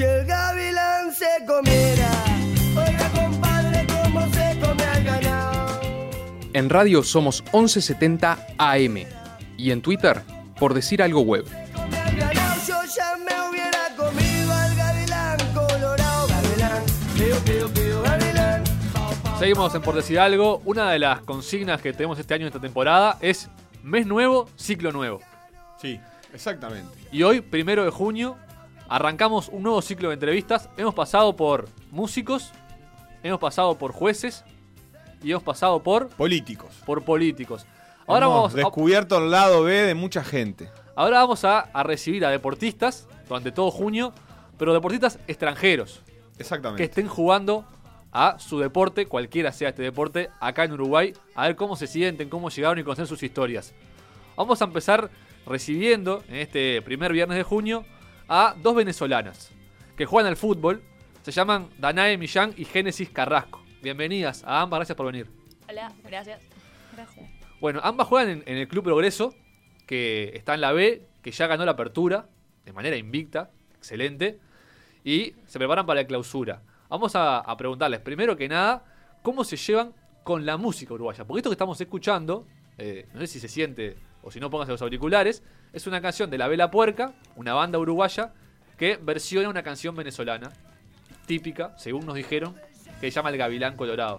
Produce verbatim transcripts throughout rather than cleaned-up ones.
Si el gavilán se comiera, oiga compadre, cómo se come al ganado. En radio somos once setenta A M y en Twitter, por decir algo web. Come al ganado, yo ya me hubiera comido al gavilán colorado. Gavilán, pío, pío, pío, gavilán. Seguimos en Por Decir Algo. Una de las consignas que tenemos este año en esta temporada es mes nuevo, ciclo nuevo. Sí, exactamente. Y hoy, primero de junio, arrancamos un nuevo ciclo de entrevistas. Hemos pasado por músicos, hemos pasado por jueces y hemos pasado por Políticos. por políticos. Ahora Hemos vamos, a, descubierto el lado B de mucha gente. ahora vamos a, a recibir a deportistas durante todo junio, pero deportistas extranjeros que Exactamente. estén jugando a su deporte, cualquiera sea este deporte, acá en Uruguay, a ver cómo se sienten, cómo llegaron y conocer sus historias. Vamos a empezar recibiendo en este primer viernes de junio a dos venezolanas que juegan al fútbol. Se llaman Danae Millán y Génesis Carrasco. Bienvenidas a ambas, gracias por venir. Hola, gracias. Gracias. Bueno, ambas juegan en, en el Club Progreso, que está en la B, que ya ganó la apertura de manera invicta, excelente, y se preparan para la clausura. Vamos a, a preguntarles, primero que nada, cómo se llevan con la música uruguaya. Porque esto que estamos escuchando, eh, no sé si se siente o si no, pónganse los auriculares, es una canción de La Vela Puerca, una banda uruguaya que versiona una canción venezolana típica, según nos dijeron, que se llama El Gavilán Colorado.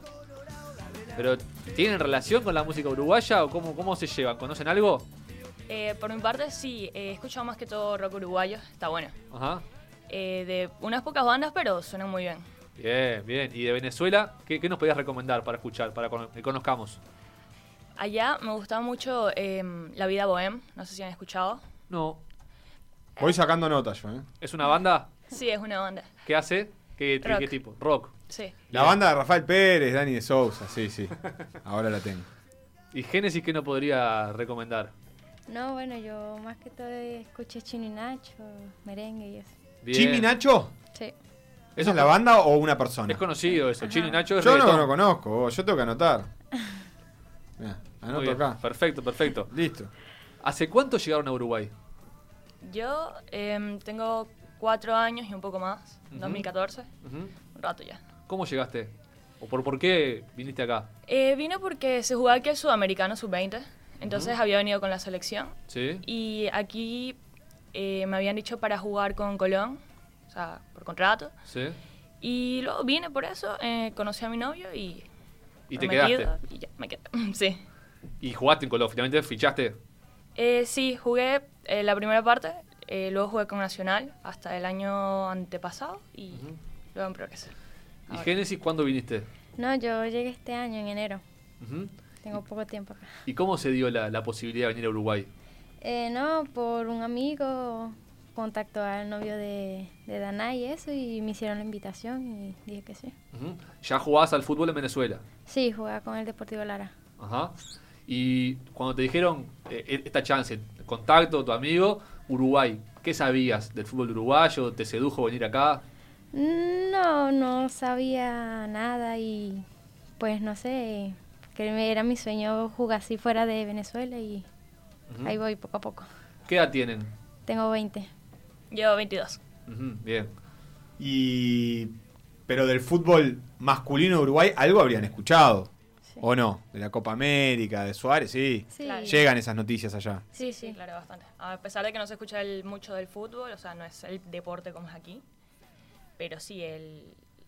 Pero, ¿tienen relación con la música uruguaya o cómo, cómo se llevan? ¿Conocen algo? Eh, por mi parte, sí, eh, he escuchado más que todo rock uruguayo, está bueno. Ajá. Eh, de unas pocas bandas, pero suenan muy bien. Bien, bien. ¿Y de Venezuela, qué, qué nos podías recomendar para escuchar, para que conozcamos? Allá me gustaba mucho eh, La Vida Bohem, no sé si han escuchado. No. Voy sacando notas yo, ¿eh? ¿Es una banda? Sí, es una banda. ¿Qué hace? ¿Qué, Rock. ¿Qué tipo? Rock. Sí. La Bien. banda de Rafael Pérez, Dani de Sousa, sí, sí. Ahora la tengo. ¿Y Génesis qué nos podría recomendar? No, bueno, yo más que todo escuché Chino y Nacho, merengue y eso. Bien. ¿Chimi Nacho? Sí. ¿Eso es la banda o una persona? Es conocido eso. Chino y Nacho es Yo no reggaetón. lo conozco, yo tengo que anotar. Mirá, Muy anoto bien. acá. Perfecto, perfecto. Listo. ¿Hace cuánto llegaron a Uruguay? Yo eh, tengo cuatro años y un poco más, Ujú. dos mil catorce, Ujú. un rato ya. ¿Cómo llegaste? ¿O por, por qué viniste acá? Eh, vine porque se jugaba aquí el Sudamericano sub veinte, entonces había venido con la selección. ¿Sí? Y aquí eh, me habían dicho para jugar con Colón, o sea, por contrato. ¿Sí? Y luego vine por eso, eh, conocí a mi novio y... ¿Y te prometido, quedaste? Y ya, me quedé. Sí. ¿Y jugaste en Colón? ¿Finalmente fichaste? Eh, sí, jugué eh, la primera parte, eh, luego jugué con Nacional hasta el año antepasado y Ujú. luego en Progreso. ¿Y Ahora. Génesis cuándo viniste? No, yo llegué este año, en enero. Ujú. Tengo poco tiempo acá. ¿Y cómo se dio la, la posibilidad de venir a Uruguay? Eh, no, por un amigo contactó al novio de, de Dana y eso, y me hicieron la invitación y dije que sí. Ujú. ¿Ya jugabas al fútbol en Venezuela? Sí, jugaba con el Deportivo Lara. Ajá. Y cuando te dijeron eh, esta chance, contacto, tu amigo, Uruguay, ¿qué sabías del fútbol uruguayo? ¿Te sedujo venir acá? No, no sabía nada y pues no sé, que era mi sueño jugar así fuera de Venezuela y Ujú. ahí voy poco a poco. ¿Qué edad tienen? Tengo veinte. Yo veintidós. Ujú, bien. Y... Pero del fútbol masculino de Uruguay, algo habrían escuchado. Sí. ¿O no? De la Copa América, de Suárez, sí. Sí. Claro. Llegan esas noticias allá. Sí, Sí, sí. claro, bastante. A pesar de que no se escucha el- mucho del fútbol, o sea, no es el deporte como es aquí, pero sí, el,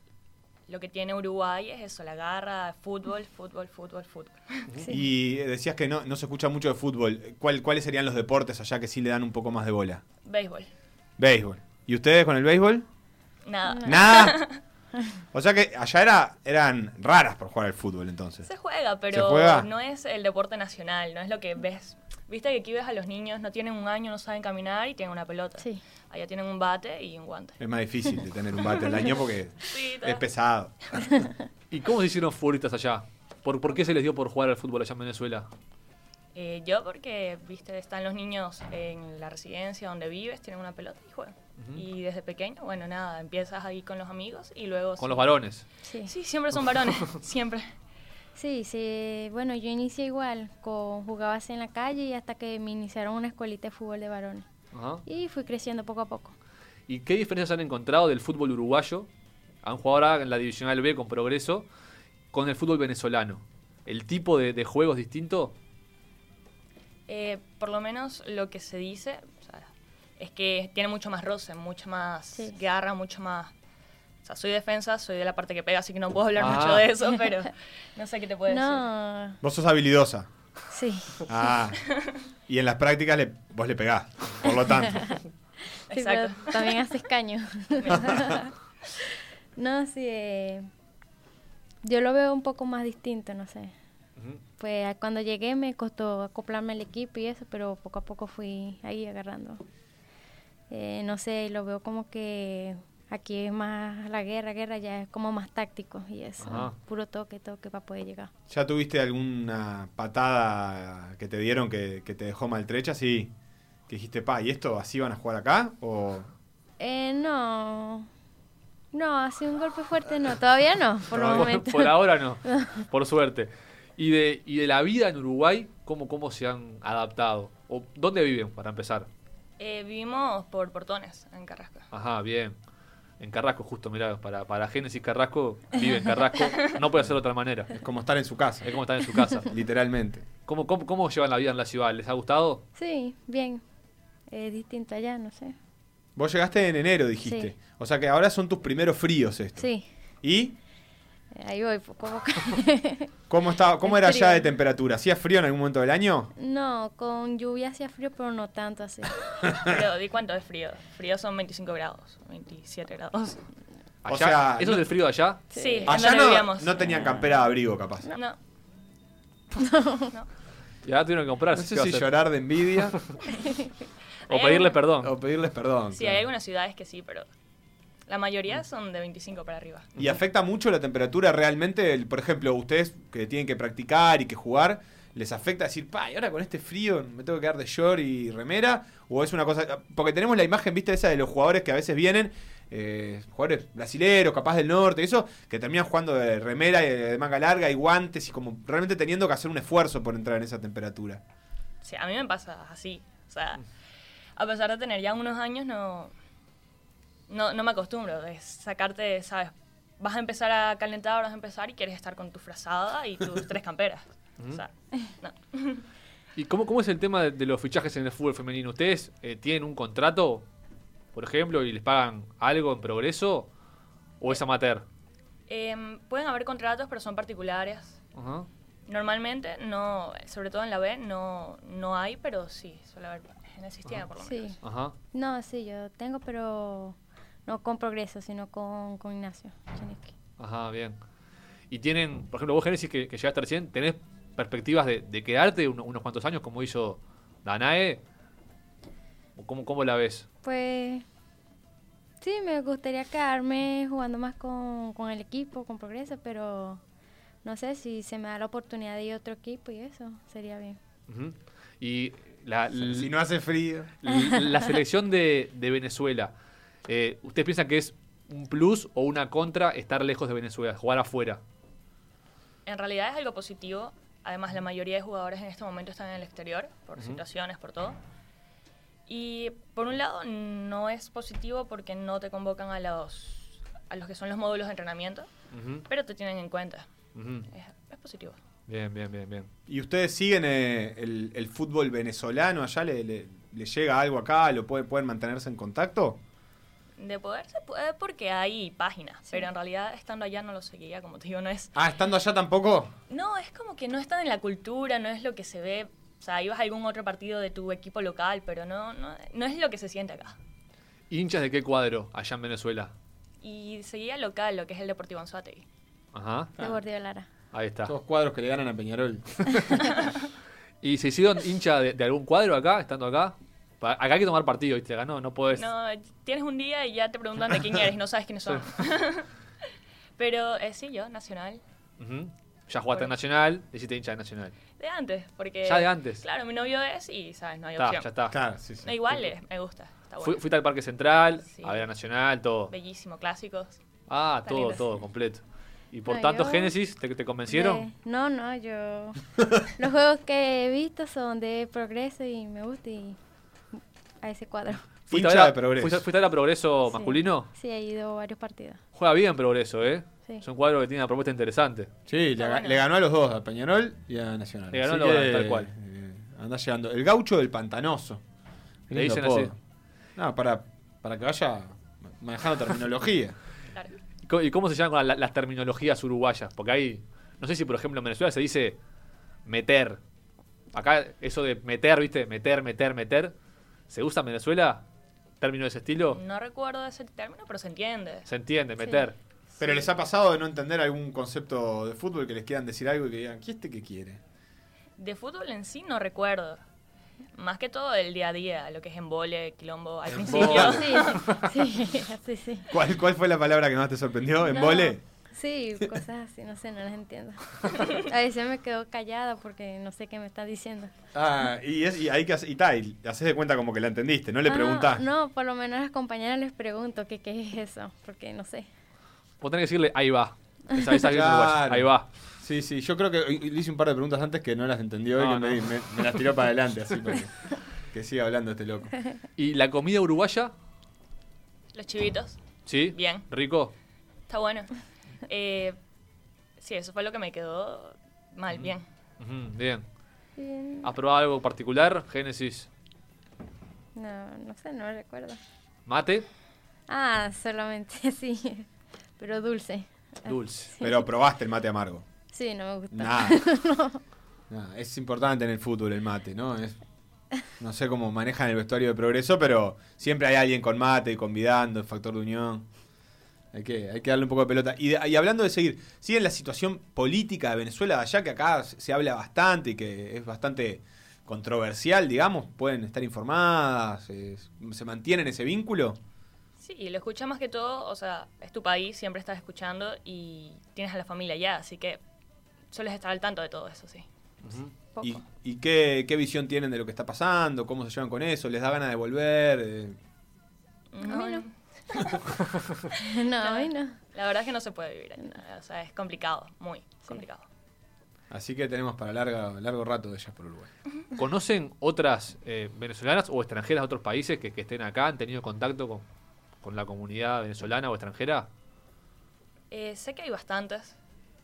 lo que tiene Uruguay es eso, la garra, fútbol, fútbol, fútbol, fútbol. Sí. Y decías que no, no se escucha mucho de fútbol. ¿Cuál, ¿Cuáles serían los deportes allá que sí le dan un poco más de bola? Béisbol. Béisbol. ¿Y ustedes con el béisbol? Nada. Nada. O sea que allá era, eran raras por jugar al fútbol entonces. Se juega, pero ¿Se juega? no es el deporte nacional, no es lo que ves. Viste que aquí ves a los niños, no tienen un año, no saben caminar y tienen una pelota. Sí. Allá tienen un bate y un guante. Es más difícil de tener un bate al año porque Sí, todo. es pesado. ¿Y cómo se hicieron futbolistas allá? ¿Por, ¿Por qué se les dio por jugar al fútbol allá en Venezuela? Eh, yo porque, viste, están los niños en la residencia donde vives, tienen una pelota y juegan. Ujú. Y desde pequeño, bueno, nada, empiezas ahí con los amigos y luego... Con sí. los varones. Sí. Sí, siempre son varones, siempre. Sí, sí. Bueno, yo inicié igual, con, jugaba así en la calle y hasta que me iniciaron una escuelita de fútbol de varones. Ajá. Y fui creciendo poco a poco. ¿Y qué diferencias han encontrado del fútbol uruguayo? Han jugado ahora en la Divisional B con Progreso, con el fútbol venezolano. ¿El tipo de, de juego es distinto? Eh, por lo menos lo que se dice, o sea, es que tiene mucho más roce, mucha más Sí. garra, mucho más... O sea, soy defensa, soy de la parte que pega, así que no puedo hablar Ah. mucho de eso, pero no sé qué te puedo decir. No, Vos sos habilidosa. sí. Ah. Y en las prácticas le, vos le pegás. Por lo tanto. Sí, pero Exacto. también hace escaño. No, sí. eh, yo lo veo un poco más distinto, no sé. Ujú. Pues a- cuando llegué me costó acoplarme al equipo y eso, pero poco a poco fui ahí agarrando. Eh, no sé, lo veo como que aquí es más la guerra, guerra ya es como más táctico y eso. Ajá. Puro toque, toque para poder llegar. ¿Ya tuviste alguna patada que te dieron que, que te dejó maltrecha? Sí. Que dijiste, pa, ¿y esto así van a jugar acá? ¿O Eh, no. No, así un golpe fuerte no, todavía no, por el Por, momento. por ahora no, por suerte. ¿Y de, y de la vida en Uruguay, cómo, cómo se han adaptado? ¿O dónde viven, para empezar? Eh, vivimos por Portones, en Carrasco. Ajá, bien. En Carrasco, justo, mirá, para, para Génesis Carrasco, vive en Carrasco, no puede ser de otra manera. es como estar en su casa? Es como estar en su casa. Literalmente. ¿Cómo, cómo, cómo llevan la vida en la ciudad? ¿Les ha gustado? Sí, bien. Es distinto allá, no sé. Vos llegaste en enero, dijiste. Sí. O sea que ahora son tus primeros fríos estos. Sí, ¿Y ahí voy poco a poco. cómo, estaba, cómo Es era frío. allá de temperatura? ¿Hacía frío en algún momento del año? No, con lluvia hacía frío, pero no tanto así. Pero di cuánto es frío. Frío son veinticinco grados, veintisiete grados. O Allá, sea, ¿eso no- es el frío de allá? Sí, en Allá donde no, vivíamos. no tenían campera de abrigo, capaz. No. No. No. Y ahora tuvieron que comprar. No ¿qué sé va a si hacer? llorar de envidia O pedirle perdón. o pedirles perdón. Sí, claro. hay algunas ciudades que sí, pero la mayoría son de veinticinco para arriba. ¿Y afecta mucho la temperatura realmente? El- por ejemplo, ustedes que tienen que practicar y que jugar, ¿les afecta decir, pa, y ahora con este frío me tengo que quedar de short y remera? ¿O es una cosa...? Porque tenemos la imagen, viste, esa de los jugadores que a veces vienen, eh, jugadores brasileros, capaz del norte, eso, que terminan jugando de remera y de manga larga y guantes y como realmente teniendo que hacer un esfuerzo por entrar en esa temperatura. Sí, a mí me pasa así. O sea, a pesar de tener ya unos años, no, no, no me acostumbro. Es sacarte, ¿sabes? Vas a empezar a calentar, vas a empezar y quieres estar con tu frazada y tus tres camperas. O sea, no. ¿Y cómo, cómo es el tema de, de los fichajes en el fútbol femenino? ¿Ustedes eh, tienen un contrato, por ejemplo, y les pagan algo en Progreso? ¿O es amateur? Em, pueden haber contratos, pero son particulares. Ajá. Normalmente, no, sobre todo en la B, no, no hay, pero sí, suele haber en el sistema, por lo menos. Sí. Ajá. No, sí, yo tengo, pero no con Progreso, sino con, con Ignacio Cheniski. Ajá, bien. Y tienen, por ejemplo, vos, Génesis, que, que llegaste recién, ¿tenés perspectivas de, de quedarte uno- unos cuantos años como hizo Danae? ¿O cómo, cómo la ves? Pues sí, me gustaría quedarme jugando más con, con el equipo, con Progreso, pero no sé si se me da la oportunidad de ir a otro equipo y eso sería bien. Ujú. Y la, l- Si no hace frío. l- la selección de, de Venezuela, eh, ¿ustedes piensan que es un plus o una contra estar lejos de Venezuela, jugar afuera? En realidad es algo positivo. Además, la mayoría de jugadores en este momento están en el exterior, por Ujú. situaciones, por todo. Y por un lado, no es positivo porque no te convocan a los, a los que son los módulos de entrenamiento, Ujú, pero te tienen en cuenta. ujú. Es, es positivo. Bien, bien, bien, bien. ¿Y ustedes siguen eh, el, el fútbol venezolano allá? ¿Le, le- le llega algo acá? ¿Lo pueden, pueden mantenerse en contacto? De poder se puede porque hay páginas, pero en realidad estando allá no lo seguía, como te digo, no es... Ah, estando allá tampoco. No, es como que no están en la cultura, no es lo que se ve. O sea, ibas a algún otro partido de tu equipo local, pero no, no, no es lo que se siente acá. ¿Hinchas de qué cuadro allá en Venezuela? Y seguía local, lo que es el Deportivo Anzoátegui. Ajá, De Bordeo Lara. ahí está. Todos cuadros que le ganan a Peñarol. ¿Y se hicieron hincha de, de algún cuadro acá, estando acá? Pa- Acá hay que tomar partido, ¿viste? Acá no, no podés. No, tienes un día y ya te preguntan de quién eres y no sabes quiénes son. Pero eh, sí, yo, Nacional. Ujú. Ya jugaste en Nacional, hiciste hincha de Nacional. De antes, porque... Ya de antes. Claro, mi novio es y, ¿sabes? No hay Está, opción. ya está. Claro, sí, sí. No, igual eh, me gusta, está Fui- bueno. fuiste al Parque Central, Sí. a ver a Nacional, todo. Bellísimo, clásicos. Ah, Está todo, lindo. todo, completo. Y por No, tanto, yo- Génesis, ¿te, te convencieron? De- no, no, yo... Los juegos que he visto son de Progreso y me gusta y a ese cuadro. ¿Fuiste a Hincha ver a- de Progreso. ¿Fuiste, fuiste a ver a Progreso Sí. masculino? Sí, he ido a varios partidos. Juega bien Progreso, ¿eh? Sí. Es un cuadro que tiene una propuesta interesante. Sí, le, bueno. le ganó a los dos, a Peñarol y a Nacional. Le ganó Así a los que, dos, tal cual. eh, anda llegando. El gaucho del pantanoso. Qué Le lindo dicen apodo. así. No, para, para que vaya manejando terminología. Claro. ¿Y co- ¿Y cómo se llaman con la- las terminologías uruguayas? Porque hay, no sé si por ejemplo en Venezuela se dice meter. Acá eso de meter, ¿viste? Meter, meter, meter. ¿Se usa en Venezuela? ¿Término de ese estilo? No recuerdo ese término, pero se entiende. Se entiende, Sí. meter. Pero Sí. les ha pasado de no entender algún concepto de fútbol que les quieran decir algo y que digan, ¿qué este qué quiere? De fútbol en sí no recuerdo. Más que todo el día a día, lo que es embole, quilombo. Al principio, Sí, sí, sí, sí. ¿Cuál, ¿Cuál fue la palabra que más te sorprendió? ¿En No, vole? Sí, cosas así, no sé, no las entiendo. A veces me quedo callada porque no sé qué me está diciendo. Ah, y, es, y hay que hacer, y tal, y haces de cuenta como que la entendiste, no le Ah, preguntás. No, por lo menos a las compañeras les pregunto que qué es eso, porque no sé. Vos tenés que decirle, ahí va. Esa, esa que es Claro. uruguaya. Ahí va. Sí, sí, yo creo que le hice un par de preguntas antes que no las entendió y No, que me, no. me- me las tiró para adelante, así para que, que siga hablando este loco. ¿Y la comida uruguaya? los chivitos, ¿Sí? Bien. ¿Rico? está bueno. Eh, sí, eso fue lo que me quedó mal, bien. Ujú, bien. Bien. ¿Has probado algo particular? Génesis. No, no sé, no recuerdo. ¿Mate? Ah, solamente sí, pero dulce. Dulce. Pero probaste el mate amargo. Sí, no me gusta. Nada. Nada, es importante en el fútbol el mate, ¿no? Es, no sé cómo manejan el vestuario de Progreso, pero siempre hay alguien con mate, convidando, el factor de unión. Hay que, hay que darle un poco de pelota. Y, de- y hablando de seguir, ¿siguen la situación política de Venezuela de allá, que acá se se habla bastante y que es bastante controversial, digamos? ¿Pueden estar informadas? Eh, ¿Se mantienen ese vínculo? Sí, lo escucha más que todo, o sea, es tu país, siempre estás escuchando y tienes a la familia allá, así que sueles estar al tanto de todo eso, sí. Ujú. Poco. ¿Y, y qué, qué visión tienen de lo que está pasando? ¿Cómo se llevan con eso? ¿Les da ganas de volver? Eh, No, mí no. No, a mí no. La verdad es que no se puede vivir ahí, o sea, es complicado, muy complicado. así que tenemos para larga, largo rato de ellas por Uruguay. ¿Conocen otras eh, venezolanas o extranjeras de otros países que, que estén acá? ¿Han tenido contacto con, con la comunidad venezolana o extranjera? Eh, sé que hay bastantes.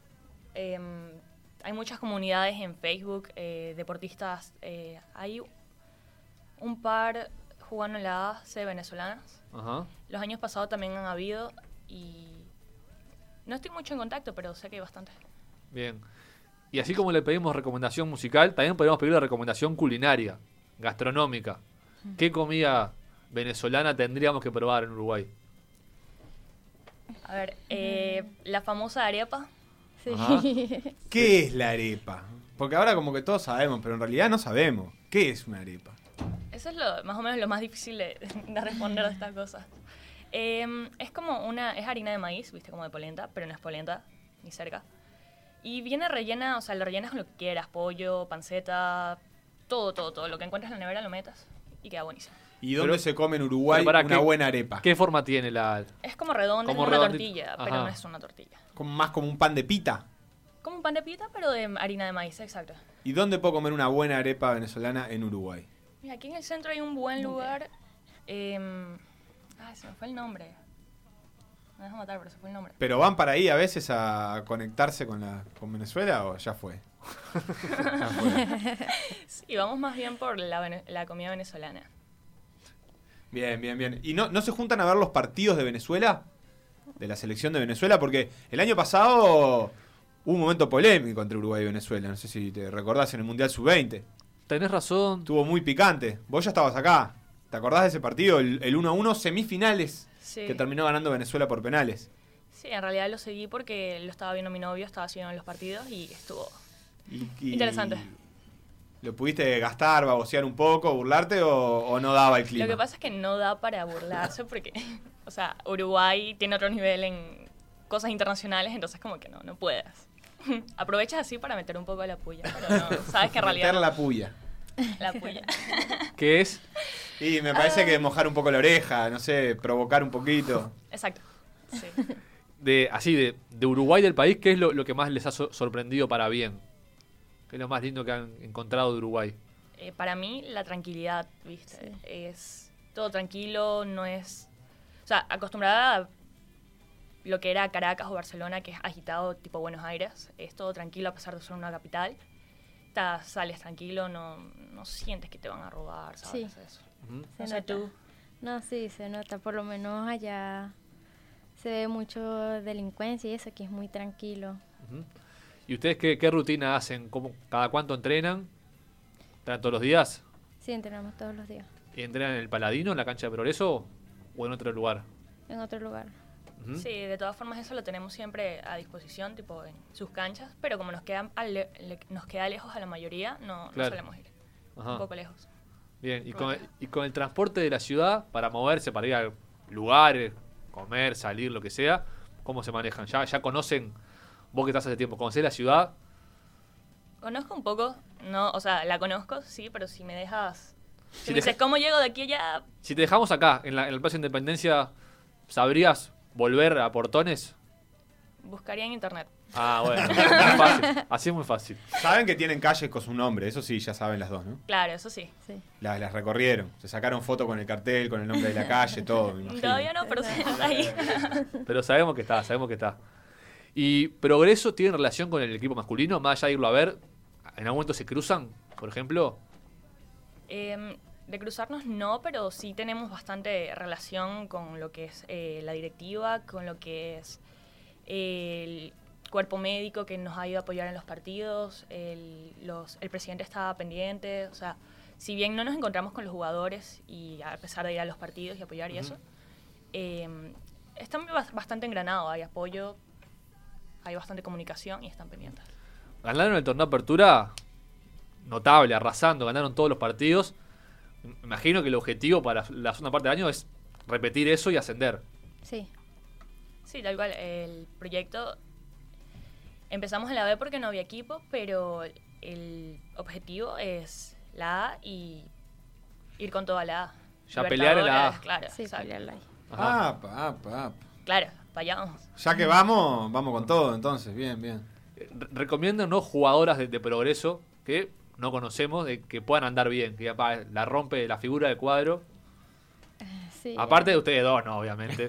Em, hay muchas comunidades en Facebook, eh, deportistas. eh, hay un par jugando en la A C venezolanas. Ajá. Los años pasados también han habido y no estoy mucho en contacto, pero sé que hay bastantes. Bien. Y así como le pedimos recomendación musical, también podemos pedir la recomendación culinaria, gastronómica. ¿Qué comida venezolana tendríamos que probar en Uruguay? A ver, eh, la famosa arepa. Sí. Ajá. ¿Qué es la arepa? Porque ahora como que todos sabemos, pero en realidad no sabemos. ¿Qué es una arepa? Eso es lo, más o menos lo más difícil de, de responder a estas cosas. Em, es como una, es harina de maíz, viste, como de polenta, pero no es polenta, ni cerca. Y viene rellena, o sea, lo rellenas con lo que quieras, pollo, panceta, todo, todo, todo. Lo que encuentres en la nevera lo metas y queda buenísimo. ¿Y dónde Pero- se come en Uruguay pero pará, una ¿qué- buena arepa? ¿Qué forma tiene la...? Es como redonda, es Como como una redondito. tortilla, Ajá. pero no es una tortilla. Como, más como un pan de pita. Como un pan de pita, pero de harina de maíz, exacto. ¿Y dónde puedo comer una buena arepa venezolana en Uruguay? Mira, aquí en el centro hay un buen lugar. em, ay, se me fue el nombre. Me deja matar, pero se fue el nombre. ¿Pero van para ahí a veces a conectarse con, la, con Venezuela o ya fue? Ya fue. Sí, vamos más bien por la, vene- la comida venezolana. Bien, bien, bien. ¿Y no, no se juntan a ver los partidos de Venezuela? De la selección de Venezuela, porque el año pasado hubo un momento polémico entre Uruguay y Venezuela. No sé si te recordás en el Mundial sub veinte. Tenés razón. Estuvo muy picante. Vos ya estabas acá. ¿Te acordás de ese partido? El, el uno a uno semifinales Sí. que terminó ganando Venezuela por penales. Sí, en realidad lo seguí porque lo estaba viendo mi novio, estaba siguiendo los partidos y estuvo... Y- y- Interesante. ¿Lo pudiste gastar, babosear un poco, burlarte o, o no daba el clima? Lo que pasa es que no da para burlarse porque, o sea, Uruguay tiene otro nivel en cosas internacionales, entonces como que no, no puedes. Aprovechas así para meter un poco la puya, pero no, sabes que en realidad... Meter la puya. La puya. ¿Qué es? Y me parece que mojar un poco la oreja, no sé, provocar un poquito. Exacto. Sí. De, así, de, de Uruguay del país, ¿qué es lo, lo que más les ha so- sorprendido para bien? ¿Qué es lo más lindo que han encontrado de Uruguay? Eh, para mí, la tranquilidad, ¿viste? Sí. Es todo tranquilo, no es... O sea, acostumbrada a lo que era Caracas o Barcelona, que es agitado tipo Buenos Aires, es todo tranquilo a pesar de ser una capital. Estás, sales tranquilo, no, no sientes que te van a robar, ¿sabes? Sí. Eso. Ujú. Se No sé, nota. tú. No, sí, se nota. Por lo menos allá se ve mucho delincuencia y eso, que es muy tranquilo. Ujú. ¿Y ustedes qué, qué rutina hacen? ¿Cómo, ¿Cada cuánto entrenan? ¿Entrenan todos los días? Sí, entrenamos todos los días. ¿Y entrenan en el Paladino, en la cancha de Progreso o en otro lugar? En otro lugar. Ujú. Sí, de todas formas eso lo tenemos siempre a disposición, tipo en sus canchas, pero como nos queda, ale- le- nos queda lejos a la mayoría, no, no Claro. solemos ir. Ajá. Un poco lejos. Bien, y con, el, y con el transporte de la ciudad, para moverse, para ir a lugares, comer, salir, lo que sea, ¿cómo se manejan? ¿Ya, ya conocen, vos que estás hace tiempo, conocés la ciudad? Conozco un poco, no, o sea, la conozco, sí, pero si me dejas... Si, Si me deja- dices, ¿cómo llego de aquí a allá? Si te dejamos acá, en, la, en el Plaza Independencia, ¿sabrías volver a Portones? Buscaría en internet. Ah, bueno, muy fácil. Así es muy fácil. Saben que tienen calles con su nombre, eso sí, ya saben las dos, ¿no? Claro, eso sí. Sí. Las, las recorrieron, se sacaron foto con el cartel, con el nombre de la calle, todo, me imagino. Todavía no, pero sí, está ahí. Pero sabemos que está, sabemos que está. ¿Y Progreso tiene relación con el equipo masculino? Más allá de irlo a ver, ¿en algún momento se cruzan, por ejemplo? Em, de cruzarnos no, pero sí tenemos bastante relación con lo que es eh, la directiva, con lo que es el cuerpo médico que nos ha ido a apoyar en los partidos, el, los, el presidente estaba pendiente, o sea, si bien no nos encontramos con los jugadores y a pesar de ir a los partidos y apoyar y Ujú. eso, em, están bas- bastante engranados, hay apoyo, hay bastante comunicación y están pendientes. Ganaron el torneo de apertura notable, arrasando, ganaron todos los partidos. Me imagino que el objetivo para la segunda parte del año es repetir eso y ascender. Sí. Sí, tal cual. El proyecto empezamos en la B porque no había equipo, pero el objetivo es la A y ir con toda la A. Ya pelear en la A. Libertadores, Claro, Sí, exacto. pelearla ahí. Ajá. Apa, apa, apa. Claro, para allá vamos. Ya que vamos, vamos con todo, entonces, bien, bien. Re- Recomiéndanos jugadoras de, de Progreso que no conocemos, de que puedan andar bien, que ya pa, la rompe la figura del cuadro. Sí. Aparte de ustedes dos, no, obviamente.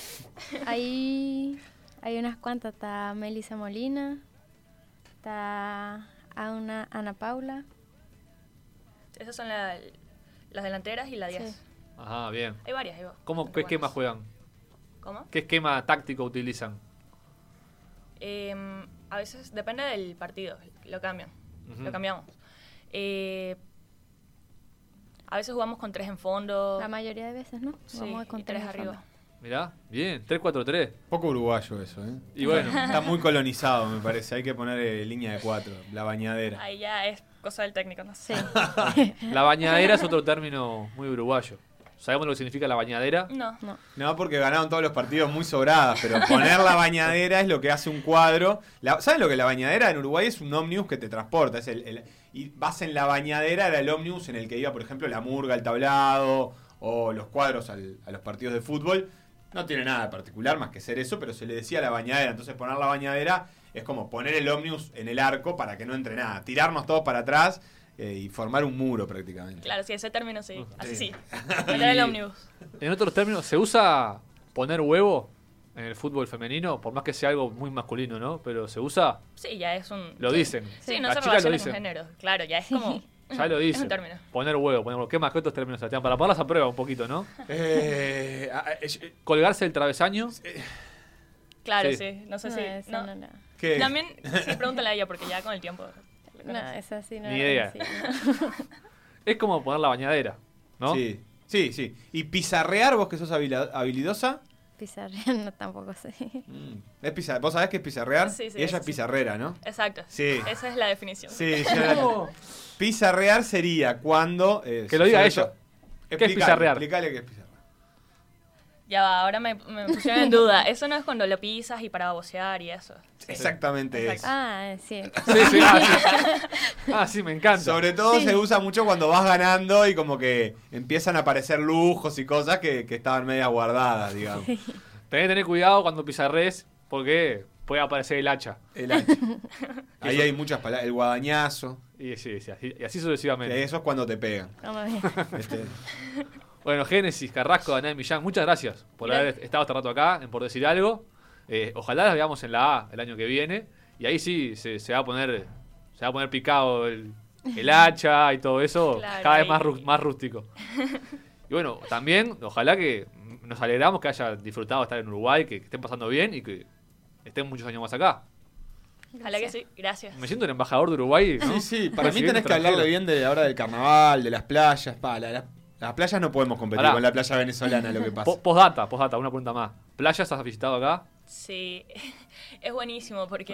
Hay, hay unas cuantas. Está Melissa Molina. Está Ana, Ana Paula. Esas son la- las delanteras y la diez. Sí. Ajá, bien. Hay varias. Hay ¿Cómo, bastante ¿Qué esquema buenas. juegan? ¿Cómo? ¿Qué esquema táctico utilizan? Em, a veces depende del partido, lo cambian, Ujú. lo cambiamos. Eh, a veces jugamos con tres en fondo. La mayoría de veces, ¿no? Sí, Vamos con y tres en arriba. fondo. Mirá, bien, tres cuatro tres. Poco uruguayo eso, ¿eh? Y bueno, Está muy colonizado, me parece. Hay que poner eh, línea de cuatro, la bañadera. Ahí ya es cosa del técnico, no sé. Sí. la bañadera es otro término muy uruguayo. ¿Sabemos lo que significa la bañadera? No. No. No, porque ganaron todos los partidos muy sobradas, pero poner la bañadera es lo que hace un cuadro. La, ¿Sabes lo que la bañadera en Uruguay es? Un ómnibus que te transporta. Es el, el- y vas en la bañadera, era el ómnibus en el que iba, por ejemplo, la murga, el tablado o los cuadros al- a los partidos de fútbol. No tiene nada de particular más que ser eso, pero se le decía la bañadera. Entonces poner la bañadera es como poner el ómnibus en el arco para que no entre nada. Tirarnos todos para atrás eh, y formar un muro prácticamente. Claro, sí, ese término sí. Así Sí. sí. Meter el ómnibus. En otros términos, ¿se usa poner huevo en el fútbol femenino? Por más que sea algo muy masculino, ¿no? Pero ¿se usa? Sí, ya es un... Lo dicen. Sí, no Las se chicas lo relaciona dicen. con género. Claro, ya es como... Ya lo Es dicen. un término. Poner huevo, poner huevo. ¿Qué más que otros términos, Sebastián? Para ponerlas a prueba un poquito, ¿no? Eh, ah, eh, Colgarse el travesaño. Claro, Sí. sí. No sé No, si... eso no. no, no. ¿qué? También, sí, pregúntale a ella, porque ya con el tiempo... lo No, conoce. es así, no. Ni idea. sí, no. Es como poner la bañadera, ¿no? Sí, sí, sí. ¿Y pizarrear vos que sos habila- habilidosa? Pizarra, no, tampoco sé. Mm. ¿Es pizar- ¿Vos sabés qué es pizarrear? Sí, sí, y ella sí, es sí. pizarrera, ¿no? Exacto. Sí. Esa es la definición. Sí, yo la- Pizarrear sería cuando... eh, Que lo diga sobre ella. todo- ¿Qué es Explicale, pizarrear? Explícale qué es pizarrear. Ya va, ahora me, me pusieron en duda. Eso no es cuando lo pisas y para babosear y eso. Exactamente Exacto. eso. Ah, sí. Sí, sí, ah, sí. Ah, sí, me encanta. Sobre todo Sí. se usa mucho cuando vas ganando y como que empiezan a aparecer lujos y cosas que, que estaban medias guardadas, digamos. Tenés que tener cuidado cuando pizarres porque puede aparecer el hacha. El hacha. Ahí hay muchas palabras. El guadañazo. Y, sí, sí, así, y así Que sucesivamente. eso es cuando te pegan. Vamos a ver. Este, Bueno, Génesis, Carrasco, Daniel Millán, muchas gracias por haber estado este rato acá en Por Decir Algo. Eh, ojalá las veamos en la A el año que viene. Y ahí sí se, se va a poner se va a poner picado el, el hacha y todo eso, Claro, cada vez ahí. más, ru- más rústico. Y bueno, también ojalá que nos alegramos que hayan disfrutado de estar en Uruguay, que, que estén pasando bien y que estén muchos años más acá. Ojalá que sí. Gracias. Me siento un embajador de Uruguay, ¿no? Sí, sí, para mí Recibiendo tenés que hablarle extranjeros. bien de ahora del carnaval, de las playas. Pa, la- la- las playas no podemos competir Pará. con la playa venezolana, lo que pasa. Po- Postdata, postdata, una pregunta más. ¿Playas has visitado acá? Sí, es buenísimo porque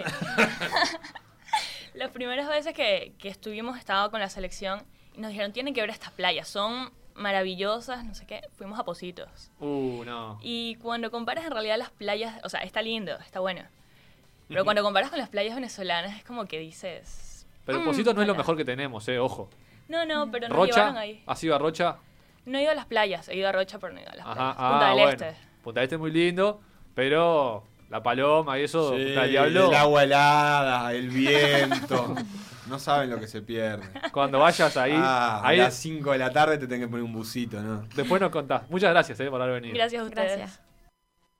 las primeras veces que, que estuvimos, estaba con la selección y nos dijeron, tienen que ver estas playas, son maravillosas, no sé qué, fuimos a Positos. Uh, no. Y cuando comparas en realidad las playas, o sea, está lindo, está bueno, pero cuando comparas con las playas venezolanas es como que dices... Pero "Mm, Positos no es lo hola". mejor que tenemos, eh, ojo. No, no, pero nos llevaron Rocha, ahí. ¿has ido a Rocha? No he ido a las playas, he ido a Rocha, pero no he ido a las Ajá, playas. ah, Punta del bueno. Este. Punta del Este es muy lindo, pero la paloma y eso, Sí, Punta del Diablo, el agua helada, el viento. No saben lo que se pierde. cuando vayas ahí, Ah, ahí a las cinco de la tarde te tenés que poner un busito, ¿no? después nos contás. Muchas gracias eh, por haber venido. Gracias a ustedes. Gracias.